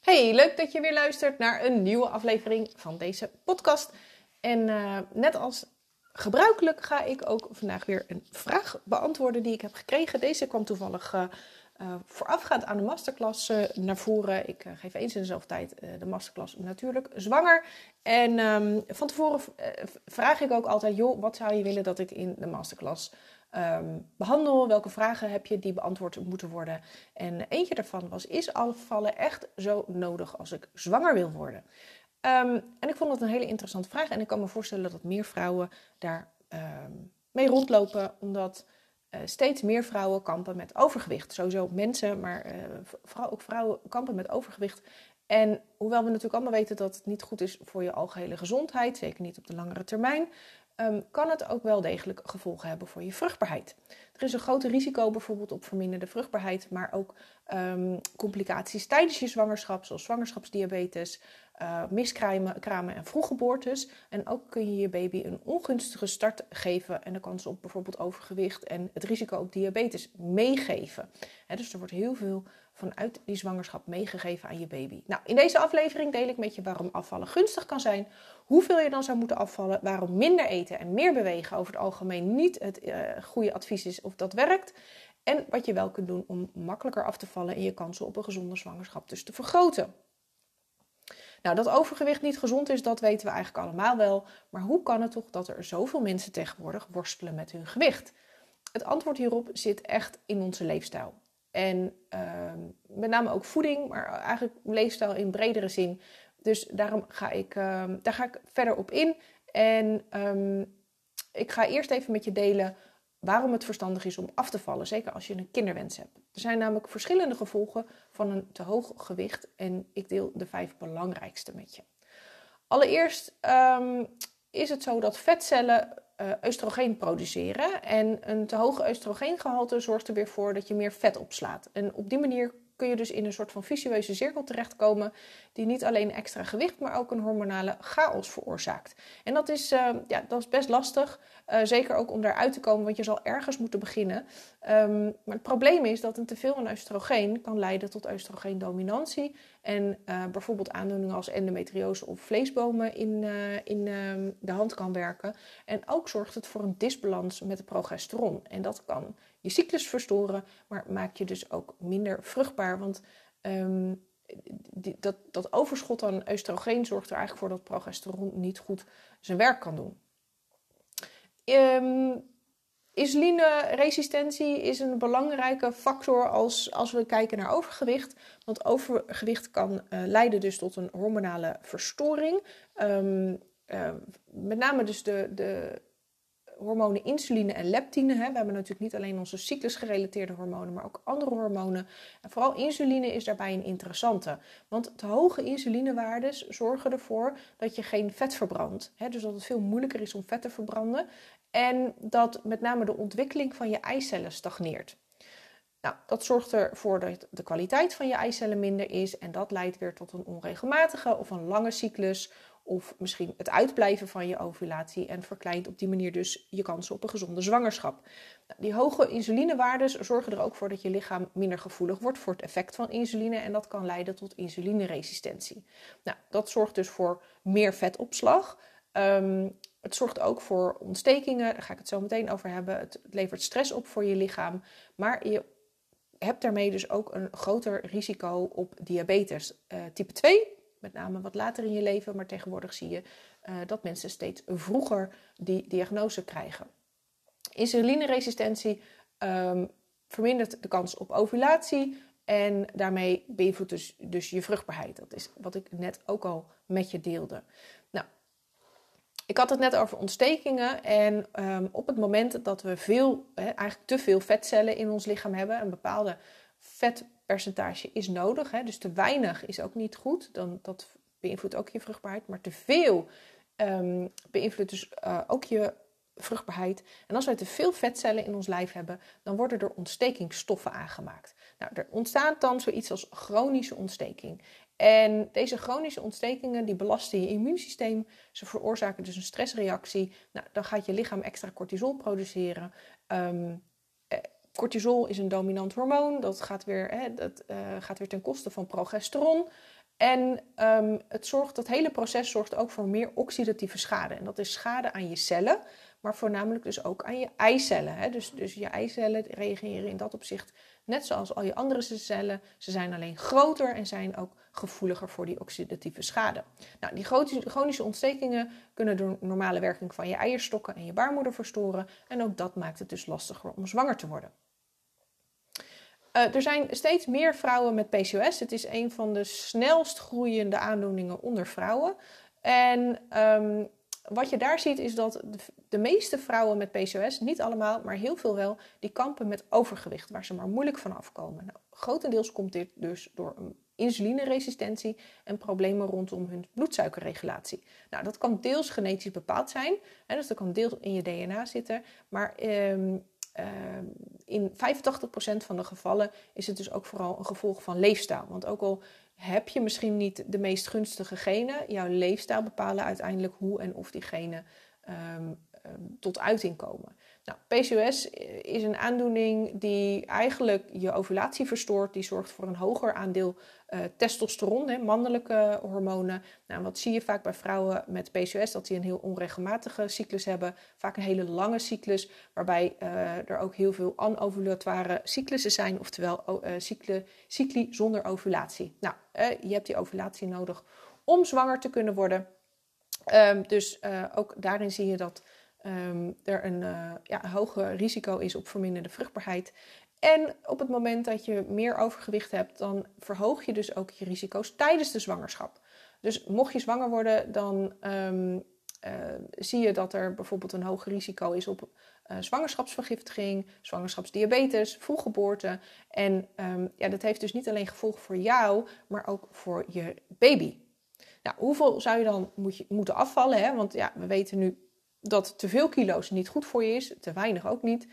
Hey, leuk dat je weer luistert naar een nieuwe aflevering van deze podcast. En net als gebruikelijk ga ik ook vandaag weer een vraag beantwoorden die ik heb gekregen. Deze kwam toevallig voorafgaand aan de masterclass naar voren. Ik geef eens in dezelfde tijd de masterclass natuurlijk zwanger. En van tevoren vraag ik ook altijd, joh, wat zou je willen dat ik in de masterclass behandel? Welke vragen heb je die beantwoord moeten worden? En eentje daarvan was, is afvallen echt zo nodig als ik zwanger wil worden? En ik vond het een hele interessante vraag. En ik kan me voorstellen dat meer vrouwen daar mee rondlopen. Omdat steeds meer vrouwen kampen met overgewicht. Sowieso mensen, maar vooral ook vrouwen kampen met overgewicht. En hoewel we natuurlijk allemaal weten dat het niet goed is voor je algehele gezondheid, zeker niet op de langere termijn, kan het ook wel degelijk gevolgen hebben voor je vruchtbaarheid. Er is een groot risico bijvoorbeeld op verminderde vruchtbaarheid, maar ook complicaties tijdens je zwangerschap, zoals zwangerschapsdiabetes, miskramen en vroeggeboortes. En ook kun je je baby een ongunstige start geven en de kans op bijvoorbeeld overgewicht en het risico op diabetes meegeven. Dus er wordt heel veel vanuit die zwangerschap meegegeven aan je baby. Nou, in deze aflevering deel ik met je waarom afvallen gunstig kan zijn, hoeveel je dan zou moeten afvallen, waarom minder eten en meer bewegen over het algemeen niet het goede advies is of dat werkt. En wat je wel kunt doen om makkelijker af te vallen en je kansen op een gezonde zwangerschap dus te vergroten. Nou, dat overgewicht niet gezond is, dat weten we eigenlijk allemaal wel. Maar hoe kan het toch dat er zoveel mensen tegenwoordig worstelen met hun gewicht? Het antwoord hierop zit echt in onze leefstijl. En met name ook voeding, maar eigenlijk leefstijl in bredere zin. Dus daarom ga ik verder op in. En ik ga eerst even met je delen waarom het verstandig is om af te vallen. Zeker als je een kinderwens hebt. Er zijn namelijk verschillende gevolgen van een te hoog gewicht. En ik deel de 5 belangrijkste met je. Allereerst is het zo dat vetcellen oestrogeen produceren. En een te hoge oestrogeengehalte zorgt er weer voor dat je meer vet opslaat. En op die manier kun je dus in een soort van vicieuze cirkel terechtkomen die niet alleen extra gewicht, maar ook een hormonale chaos veroorzaakt. En dat is best lastig, zeker ook om daaruit te komen, want je zal ergens moeten beginnen. Maar het probleem is dat een teveel aan oestrogeen kan leiden tot oestrogeendominantie en bijvoorbeeld aandoeningen als endometriose of vleesbomen in de hand kan werken. En ook zorgt het voor een disbalans met het progesteron. En dat kan je cyclus verstoren, maar maakt je dus ook minder vruchtbaar. Want dat overschot aan oestrogeen zorgt er eigenlijk voor dat progesteron niet goed zijn werk kan doen. Insulineresistentie is een belangrijke factor als we kijken naar overgewicht. Want overgewicht kan leiden dus tot een hormonale verstoring. Met name dus de hormonen insuline en leptine. We hebben natuurlijk niet alleen onze cyclusgerelateerde hormonen, maar ook andere hormonen. En vooral insuline is daarbij een interessante. Want te hoge insulinewaardes zorgen ervoor dat je geen vet verbrandt. Dus dat het veel moeilijker is om vet te verbranden. En dat met name de ontwikkeling van je eicellen stagneert. Nou, dat zorgt ervoor dat de kwaliteit van je eicellen minder is. En dat leidt weer tot een onregelmatige of een lange cyclus. Of misschien het uitblijven van je ovulatie en verkleint op die manier dus je kansen op een gezonde zwangerschap. Nou, die hoge insulinewaardes zorgen er ook voor dat je lichaam minder gevoelig wordt voor het effect van insuline. En dat kan leiden tot insulineresistentie. Nou, dat zorgt dus voor meer vetopslag. Het zorgt ook voor ontstekingen, daar ga ik het zo meteen over hebben. Het levert stress op voor je lichaam, maar je hebt daarmee dus ook een groter risico op diabetes type 2. Met name wat later in je leven, maar tegenwoordig zie je dat mensen steeds vroeger die diagnose krijgen. Insulineresistentie vermindert de kans op ovulatie en daarmee beïnvloedt dus je vruchtbaarheid. Dat is wat ik net ook al met je deelde. Nou, ik had het net over ontstekingen en op het moment dat we eigenlijk te veel vetcellen in ons lichaam hebben, een bepaalde vetpercentage is nodig, dus te weinig is ook niet goed, dat beïnvloedt ook je vruchtbaarheid, maar te veel beïnvloedt dus ook je vruchtbaarheid. En als wij te veel vetcellen in ons lijf hebben, dan worden er ontstekingsstoffen aangemaakt. Nou, er ontstaat dan zoiets als chronische ontsteking. En deze chronische ontstekingen die belasten je immuunsysteem. Ze veroorzaken dus een stressreactie. Nou, dan gaat je lichaam extra cortisol produceren. Cortisol is een dominant hormoon. Dat gaat weer ten koste van progesteron. En dat hele proces zorgt ook voor meer oxidatieve schade. En dat is schade aan je cellen, maar voornamelijk dus ook aan je eicellen. Hè? Dus je eicellen reageren in dat opzicht net zoals al je andere cellen. Ze zijn alleen groter en zijn ook gevoeliger voor die oxidatieve schade. Nou, die chronische ontstekingen kunnen de normale werking van je eierstokken en je baarmoeder verstoren. En ook dat maakt het dus lastiger om zwanger te worden. Er zijn steeds meer vrouwen met PCOS. Het is een van de snelst groeiende aandoeningen onder vrouwen. En wat je daar ziet is dat de meeste vrouwen met PCOS, niet allemaal, maar heel veel wel, die kampen met overgewicht, waar ze maar moeilijk van afkomen. Nou, grotendeels komt dit dus door een insulineresistentie en problemen rondom hun bloedsuikerregulatie. Nou, dat kan deels genetisch bepaald zijn, hè, dus dat kan deels in je DNA zitten, maar in 85% van de gevallen is het dus ook vooral een gevolg van leefstijl. Want ook al heb je misschien niet de meest gunstige genen, jouw leefstijl bepalen uiteindelijk hoe en of die genen tot uiting komen. Nou, PCOS is een aandoening die eigenlijk je ovulatie verstoort. Die zorgt voor een hoger aandeel testosteron, mannelijke hormonen. Nou, wat zie je vaak bij vrouwen met PCOS? Dat die een heel onregelmatige cyclus hebben. Vaak een hele lange cyclus, waarbij er ook heel veel anovulatoire cyclussen zijn. Oftewel cycli zonder ovulatie. Nou, je hebt die ovulatie nodig om zwanger te kunnen worden. Dus ook daarin zie je dat er een hoger risico is op verminderde vruchtbaarheid. En op het moment dat je meer overgewicht hebt, dan verhoog je dus ook je risico's tijdens de zwangerschap. Dus mocht je zwanger worden, dan zie je dat er bijvoorbeeld een hoger risico is op zwangerschapsvergiftiging, zwangerschapsdiabetes, vroeggeboorte. En dat heeft dus niet alleen gevolgen voor jou, maar ook voor je baby. Nou, hoeveel zou je dan moeten afvallen? Hè? Want ja, we weten nu dat te veel kilo's niet goed voor je is, te weinig ook niet.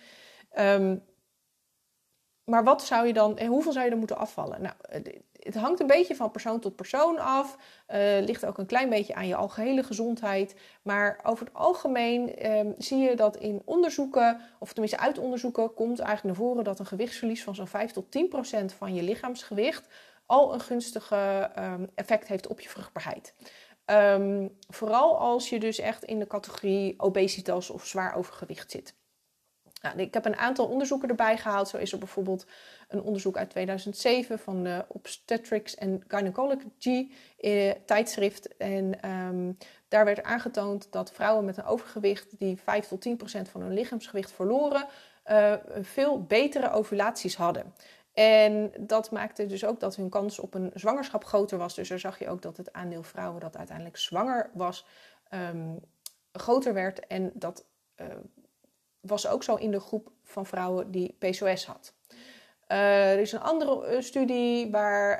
Maar wat zou je dan, en hoeveel zou je dan moeten afvallen? Nou, het hangt een beetje van persoon tot persoon af. Ligt ook een klein beetje aan je algehele gezondheid. Maar over het algemeen zie je dat in onderzoeken, of tenminste uit onderzoeken, komt eigenlijk naar voren dat een gewichtsverlies van zo'n 5 tot 10% van je lichaamsgewicht al een gunstige effect heeft op je vruchtbaarheid. Vooral als je dus echt in de categorie obesitas of zwaar overgewicht zit. Nou, ik heb een aantal onderzoeken erbij gehaald. Zo is er bijvoorbeeld een onderzoek uit 2007 van de Obstetrics and Gynecology tijdschrift. En daar werd aangetoond dat vrouwen met een overgewicht die 5 tot 10% van hun lichaamsgewicht verloren, veel betere ovulaties hadden. En dat maakte dus ook dat hun kans op een zwangerschap groter was. Dus daar zag je ook dat het aandeel vrouwen dat uiteindelijk zwanger was, groter werd. En dat was ook zo in de groep van vrouwen die PCOS had. Er is een andere studie waar,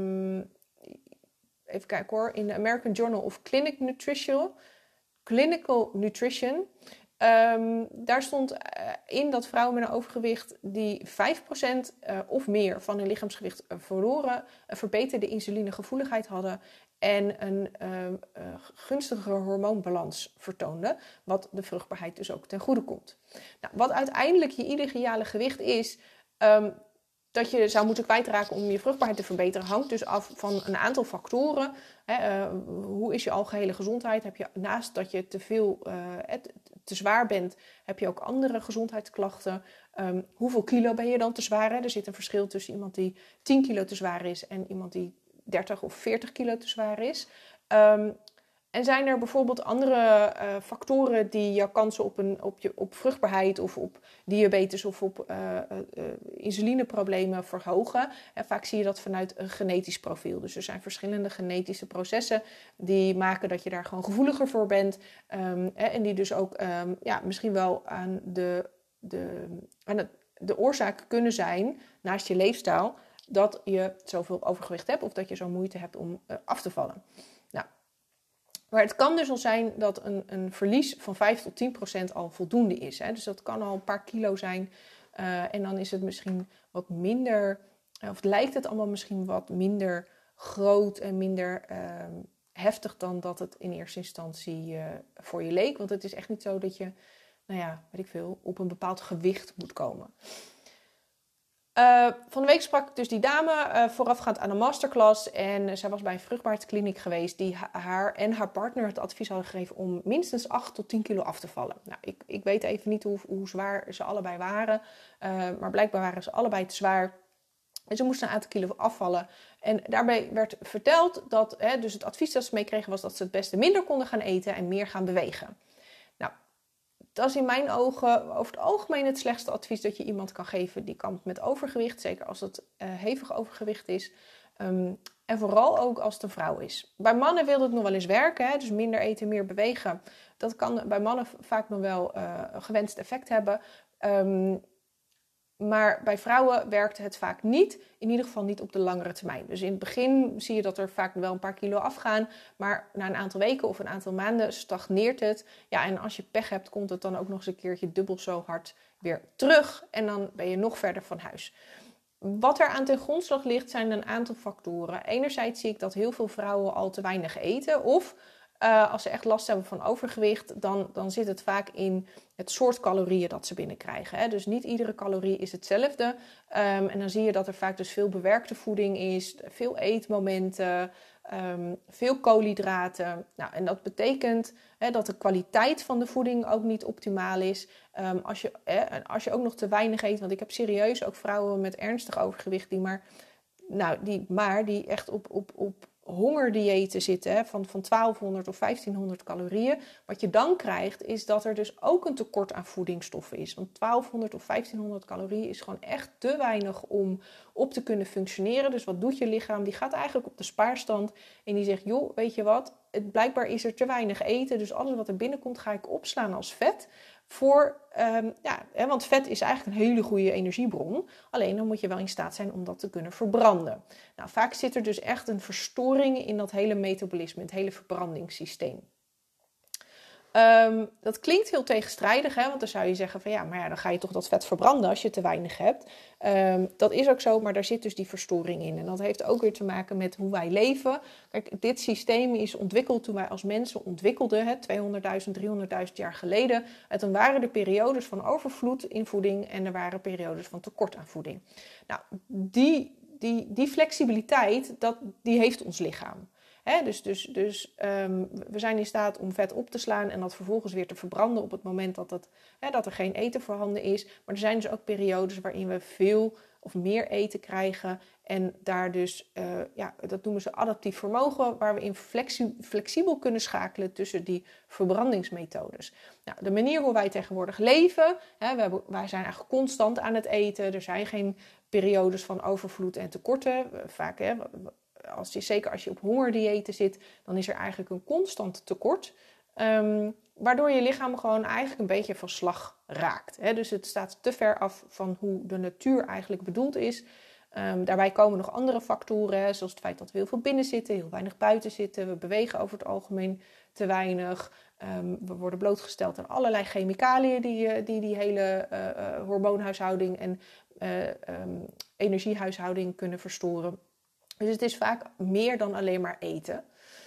even kijken hoor, in de American Journal of Clinical Nutrition. Daar stond in dat vrouwen met een overgewicht die 5% of meer van hun lichaamsgewicht verloren, een verbeterde insulinegevoeligheid hadden en een gunstigere hormoonbalans vertoonden, wat de vruchtbaarheid dus ook ten goede komt. Nou, wat uiteindelijk je ideale gewicht is, dat je zou moeten kwijtraken om je vruchtbaarheid te verbeteren, hangt dus af van een aantal factoren. Hoe is je algehele gezondheid? Heb je naast dat je te zwaar bent, heb je ook andere gezondheidsklachten? Hoeveel kilo ben je dan te zwaar? Hè? Er zit een verschil tussen iemand die 10 kilo te zwaar is en iemand die 30 of 40 kilo te zwaar is. En zijn er bijvoorbeeld andere factoren die jouw kansen op vruchtbaarheid of op diabetes of op insulineproblemen verhogen? En vaak zie je dat vanuit een genetisch profiel. Dus er zijn verschillende genetische processen die maken dat je daar gewoon gevoeliger voor bent. En die dus ook misschien wel aan de oorzaak kunnen zijn, naast je leefstijl, dat je zoveel overgewicht hebt of dat je zo moeite hebt om af te vallen. Nou, maar het kan dus al zijn dat een verlies van 5 tot 10% al voldoende is. Hè? Dus dat kan al een paar kilo zijn. En dan is het misschien wat minder, of lijkt het allemaal misschien wat minder groot en minder heftig dan dat het in eerste instantie voor je leek. Want het is echt niet zo dat je, op een bepaald gewicht moet komen. Van de week sprak ik dus die dame voorafgaand aan een masterclass. En zij was bij een vruchtbaarheidskliniek geweest die haar en haar partner het advies hadden gegeven om minstens 8 tot 10 kilo af te vallen. Nou, ik weet even niet hoe zwaar ze allebei waren. Maar blijkbaar waren ze allebei te zwaar. En ze moesten een aantal kilo afvallen. En daarbij werd verteld dat dus het advies dat ze meekregen was dat ze het beste minder konden gaan eten en meer gaan bewegen. Nou, dat is in mijn ogen over het algemeen het slechtste advies dat je iemand kan geven die kampt met overgewicht. Zeker als het hevig overgewicht is. En vooral ook als het een vrouw is. Bij mannen wil het nog wel eens werken. Dus minder eten, meer bewegen. Dat kan bij mannen vaak nog wel een gewenst effect hebben. Maar bij vrouwen werkt het vaak niet. In ieder geval niet op de langere termijn. Dus in het begin zie je dat er vaak wel een paar kilo afgaan. Maar na een aantal weken of een aantal maanden stagneert het. Ja, en als je pech hebt, komt het dan ook nog eens een keertje dubbel zo hard weer terug. En dan ben je nog verder van huis. Wat er aan ten grondslag ligt, zijn een aantal factoren. Enerzijds zie ik dat heel veel vrouwen al te weinig eten. Of als ze echt last hebben van overgewicht, dan zit het vaak in het soort calorieën dat ze binnenkrijgen. Hè. Dus niet iedere calorie is hetzelfde. En dan zie je dat er vaak dus veel bewerkte voeding is, veel eetmomenten, veel koolhydraten. Nou, en dat betekent dat de kwaliteit van de voeding ook niet optimaal is. Als je ook nog te weinig eet, want ik heb serieus ook vrouwen met ernstig overgewicht die echt op hongerdiëten zitten van 1200 of 1500 calorieën. Wat je dan krijgt is dat er dus ook een tekort aan voedingsstoffen is. Want 1200 of 1500 calorieën is gewoon echt te weinig om op te kunnen functioneren. Dus wat doet je lichaam? Die gaat eigenlijk op de spaarstand en die zegt, joh, weet je wat? Blijkbaar is er te weinig eten, dus alles wat er binnenkomt ga ik opslaan als vet. Want vet is eigenlijk een hele goede energiebron. Alleen dan moet je wel in staat zijn om dat te kunnen verbranden. Nou, vaak zit er dus echt een verstoring in dat hele metabolisme, het hele verbrandingssysteem. Dat klinkt heel tegenstrijdig, want dan zou je zeggen van maar dan ga je toch dat vet verbranden als je te weinig hebt. Dat is ook zo, maar daar zit dus die verstoring in. En dat heeft ook weer te maken met hoe wij leven. Kijk, dit systeem is ontwikkeld toen wij als mensen ontwikkelden, 200.000, 300.000 jaar geleden. En toen waren er periodes van overvloed in voeding en er waren periodes van tekort aan voeding. Nou, die flexibiliteit, die heeft ons lichaam. We zijn in staat om vet op te slaan en dat vervolgens weer te verbranden op het moment dat er geen eten voorhanden is. Maar er zijn dus ook periodes waarin we veel of meer eten krijgen. En daar dus, dat noemen ze adaptief vermogen, waar we in flexibel kunnen schakelen tussen die verbrandingsmethodes. Nou, de manier hoe wij tegenwoordig leven, wij zijn eigenlijk constant aan het eten. Er zijn geen periodes van overvloed en tekorten. Vaak, zeker als je op hongerdiëten zit, dan is er eigenlijk een constant tekort. Waardoor je lichaam gewoon eigenlijk een beetje van slag raakt. Dus het staat te ver af van hoe de natuur eigenlijk bedoeld is. Daarbij komen nog andere factoren, zoals het feit dat we heel veel binnen zitten, heel weinig buiten zitten. We bewegen over het algemeen te weinig. We worden blootgesteld aan allerlei chemicaliën die hele hormoonhuishouding en energiehuishouding kunnen verstoren. Dus het is vaak meer dan alleen maar eten.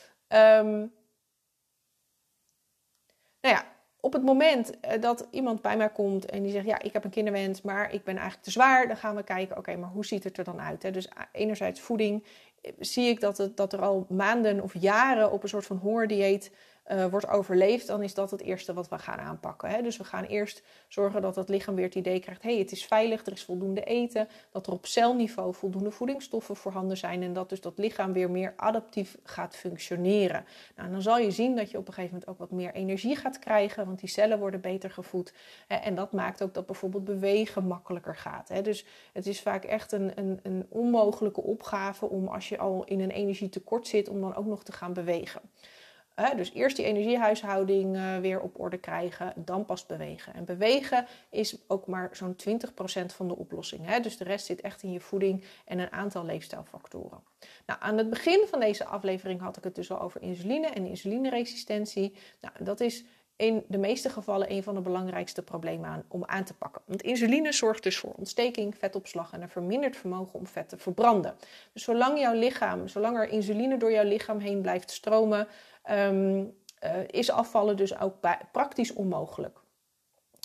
Op het moment dat iemand bij mij komt en die zegt, ik heb een kinderwens, maar ik ben eigenlijk te zwaar, dan gaan we kijken, oké, maar hoe ziet het er dan uit? Dus enerzijds voeding, zie ik dat er al maanden of jaren op een soort van hongerdieet wordt overleefd, dan is dat het eerste wat we gaan aanpakken. Dus we gaan eerst zorgen dat het lichaam weer het idee krijgt, het is veilig, er is voldoende eten, dat er op celniveau voldoende voedingsstoffen voorhanden zijn en dat dus dat lichaam weer meer adaptief gaat functioneren. Nou, dan zal je zien dat je op een gegeven moment ook wat meer energie gaat krijgen, want die cellen worden beter gevoed. En dat maakt ook dat bijvoorbeeld bewegen makkelijker gaat. Dus het is vaak echt een onmogelijke opgave om, als je al in een energietekort zit, om dan ook nog te gaan bewegen. Dus eerst die energiehuishouding weer op orde krijgen, dan pas bewegen. En bewegen is ook maar zo'n 20% van de oplossing. Dus de rest zit echt in je voeding en een aantal leefstijlfactoren. Nou, aan het begin van deze aflevering had ik het dus al over insuline en insulineresistentie. Nou, dat is in de meeste gevallen een van de belangrijkste problemen om aan te pakken. Want insuline zorgt dus voor ontsteking, vetopslag en een verminderd vermogen om vet te verbranden. Dus zolang er insuline door jouw lichaam heen blijft stromen, is afvallen dus ook praktisch onmogelijk.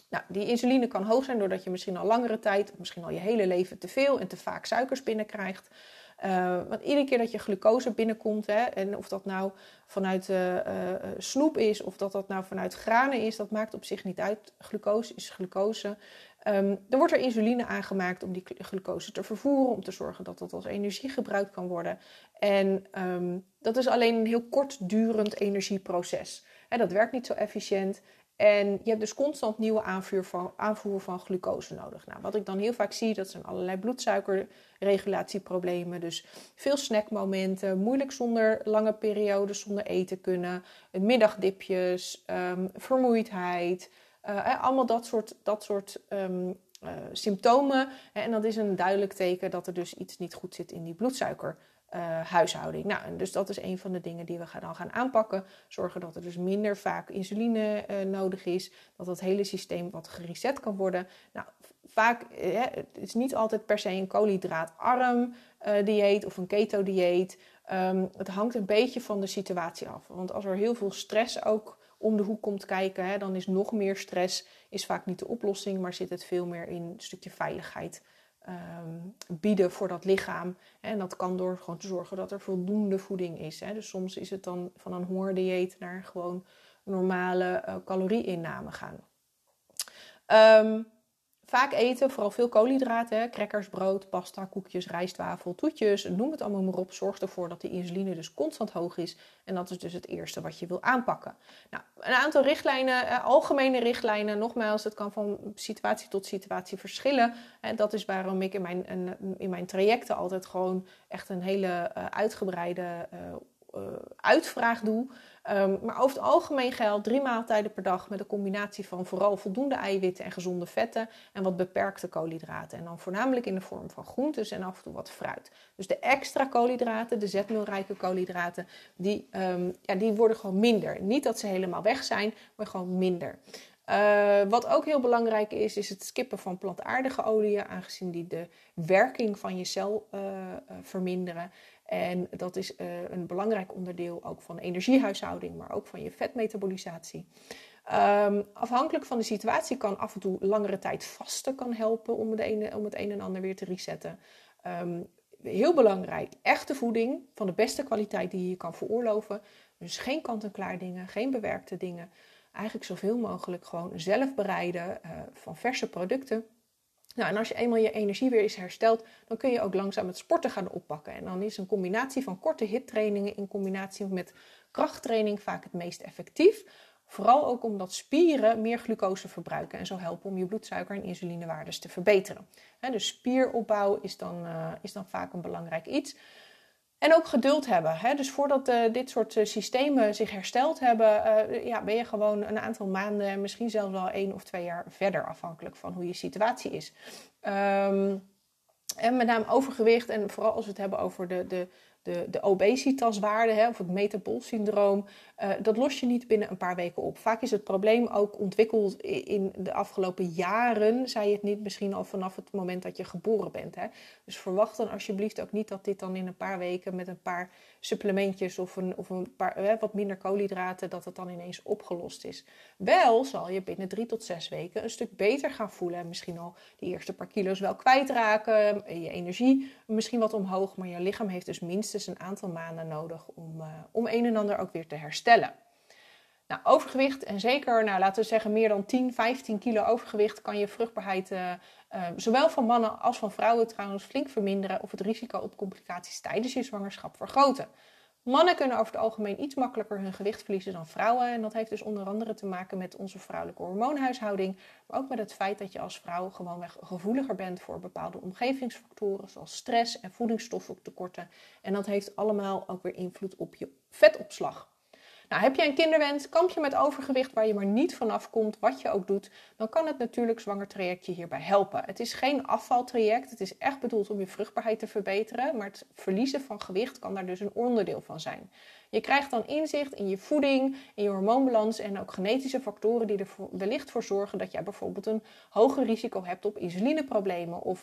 Nou, die insuline kan hoog zijn doordat je misschien al langere tijd, of misschien al je hele leven te veel en te vaak suikers binnenkrijgt. Want iedere keer dat je glucose binnenkomt, en of dat nou vanuit snoep is, of dat nou vanuit granen is, dat maakt op zich niet uit. Glucose is glucose. Dan wordt er insuline aangemaakt om die glucose te vervoeren, om te zorgen dat dat als energie gebruikt kan worden. En dat is alleen een heel kortdurend energieproces. Dat werkt niet zo efficiënt. En je hebt dus constant nieuwe aanvoer van glucose nodig. Nou, wat ik dan heel vaak zie, dat zijn allerlei bloedsuikerregulatieproblemen. Dus veel snackmomenten, moeilijk zonder lange periodes zonder eten kunnen. Middagdipjes, vermoeidheid. Allemaal dat soort symptomen. En dat is een duidelijk teken dat er dus iets niet goed zit in die bloedsuikerhuishouding. Nou, en dus dat is een van de dingen die we dan gaan aanpakken. Zorgen dat er dus minder vaak insuline nodig is. Dat het hele systeem wat gereset kan worden. Nou, vaak, het is niet altijd per se een koolhydraatarm dieet of een keto-dieet. Het hangt een beetje van de situatie af. Want als er heel veel stress ook om de hoek komt kijken, dan is nog meer stress is vaak niet de oplossing, maar zit het veel meer in een stukje veiligheid bieden voor dat lichaam. En dat kan door gewoon te zorgen dat er voldoende voeding is. Dus soms is het dan van een hongerdieet naar gewoon normale calorieinname gaan. Vaak eten, vooral veel koolhydraten, crackers, brood, pasta, koekjes, rijstwafel, toetjes, noem het allemaal maar op. Zorg ervoor dat de insuline dus constant hoog is. En dat is dus het eerste wat je wil aanpakken. Nou, een aantal richtlijnen, algemene richtlijnen. Nogmaals, het kan van situatie tot situatie verschillen. En dat is waarom ik in mijn trajecten altijd gewoon echt een hele uitgebreide uitvraag doe. Maar over het algemeen geldt 3 maaltijden per dag met een combinatie van vooral voldoende eiwitten en gezonde vetten en wat beperkte koolhydraten. En dan voornamelijk in de vorm van groentes en af en toe wat fruit. Dus de extra koolhydraten, de zetmeelrijke koolhydraten, die worden gewoon minder. Niet dat ze helemaal weg zijn, maar gewoon minder. Wat ook heel belangrijk is het skippen van plantaardige oliën, aangezien die de werking van je cel verminderen. En dat is een belangrijk onderdeel ook van de energiehuishouding, maar ook van je vetmetabolisatie. Afhankelijk van de situatie kan af en toe langere tijd vasten kan helpen om het een en ander weer te resetten. Heel belangrijk, echte voeding van de beste kwaliteit die je kan veroorloven. Dus geen kant-en-klaar dingen, geen bewerkte dingen. Eigenlijk zoveel mogelijk gewoon zelf bereiden van verse producten. Nou, en als je eenmaal je energie weer is hersteld, dan kun je ook langzaam het sporten gaan oppakken. En dan is een combinatie van korte HIIT-trainingen in combinatie met krachttraining vaak het meest effectief. Vooral ook omdat spieren meer glucose verbruiken en zo helpen om je bloedsuiker- en insulinewaardes te verbeteren. Dus spieropbouw is dan vaak een belangrijk iets. En ook geduld hebben. Dus voordat dit soort systemen zich hersteld hebben, ben je gewoon een aantal maanden, misschien zelfs wel 1 of 2 jaar verder, afhankelijk van hoe je situatie is. En met name overgewicht, en vooral als we het hebben over de obesitaswaarde, of het metabolsyndroom, dat los je niet binnen een paar weken op. Vaak is het probleem ook ontwikkeld in de afgelopen jaren, zei je het niet, misschien al vanaf het moment dat je geboren bent. Dus verwacht dan alsjeblieft ook niet dat dit dan in een paar weken met een paar supplementjes of een paar wat minder koolhydraten, dat het dan ineens opgelost is. Wel zal je binnen 3 tot 6 weken een stuk beter gaan voelen en misschien al de eerste paar kilo's wel kwijtraken, je energie misschien wat omhoog, maar je lichaam heeft dus minstens een aantal maanden nodig om een en ander ook weer te herstellen. Nou, overgewicht en zeker, laten we zeggen meer dan 10, 15 kilo overgewicht kan je vruchtbaarheid zowel van mannen als van vrouwen trouwens flink verminderen of het risico op complicaties tijdens je zwangerschap vergroten. Mannen kunnen over het algemeen iets makkelijker hun gewicht verliezen dan vrouwen. En dat heeft dus onder andere te maken met onze vrouwelijke hormoonhuishouding. Maar ook met het feit dat je als vrouw gewoonweg gevoeliger bent voor bepaalde omgevingsfactoren. Zoals stress en voedingsstoffentekorten. En dat heeft allemaal ook weer invloed op je vetopslag. Nou, heb je een kinderwens, kamp je met overgewicht waar je maar niet vanaf komt, wat je ook doet, dan kan het natuurlijk zwangertrajectje hierbij helpen. Het is geen afvaltraject, het is echt bedoeld om je vruchtbaarheid te verbeteren, maar het verliezen van gewicht kan daar dus een onderdeel van zijn. Je krijgt dan inzicht in je voeding, in je hormoonbalans en ook genetische factoren die er wellicht voor zorgen dat jij bijvoorbeeld een hoger risico hebt op insulineproblemen of een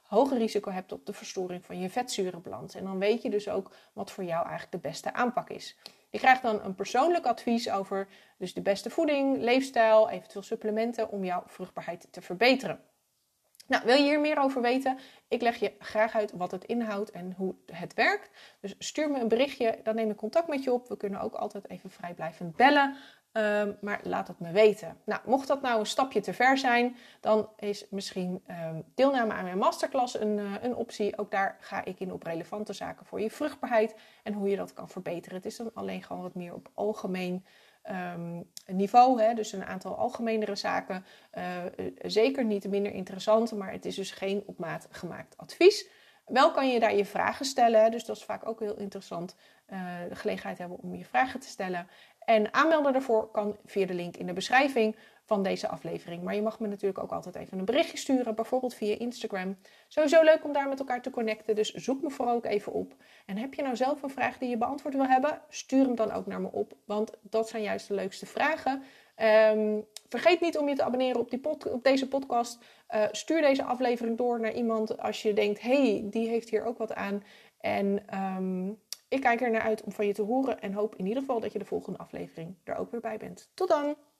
hoger risico hebt op de verstoring van je vetzurenbalans. En dan weet je dus ook wat voor jou eigenlijk de beste aanpak is. Je krijgt dan een persoonlijk advies over dus de beste voeding, leefstijl, eventueel supplementen om jouw vruchtbaarheid te verbeteren. Nou, wil je hier meer over weten? Ik leg je graag uit wat het inhoudt en hoe het werkt. Dus stuur me een berichtje, dan neem ik contact met je op. We kunnen ook altijd even vrijblijvend bellen, maar laat het me weten. Nou, mocht dat nou een stapje te ver zijn, dan is misschien deelname aan mijn masterclass een optie. Ook daar ga ik in op relevante zaken voor je vruchtbaarheid en hoe je dat kan verbeteren. Het is dan alleen gewoon wat meer op algemeen niveau, hè? Dus een aantal algemenere zaken. Zeker niet minder interessant, maar het is dus geen op maat gemaakt advies. Wel kan je daar je vragen stellen, hè? Dus dat is vaak ook heel interessant. De gelegenheid hebben om je vragen te stellen. En aanmelden daarvoor kan via de link in de beschrijving van deze aflevering. Maar je mag me natuurlijk ook altijd even een berichtje sturen, bijvoorbeeld via Instagram. Sowieso leuk om daar met elkaar te connecten, dus zoek me vooral ook even op. En heb je nou zelf een vraag die je beantwoord wil hebben, stuur hem dan ook naar me op, want dat zijn juist de leukste vragen. Vergeet niet om je te abonneren op deze podcast. Stuur deze aflevering door naar iemand als je denkt, hey, die heeft hier ook wat aan. En ik kijk er naar uit om van je te horen en hoop in ieder geval dat je de volgende aflevering er ook weer bij bent. Tot dan!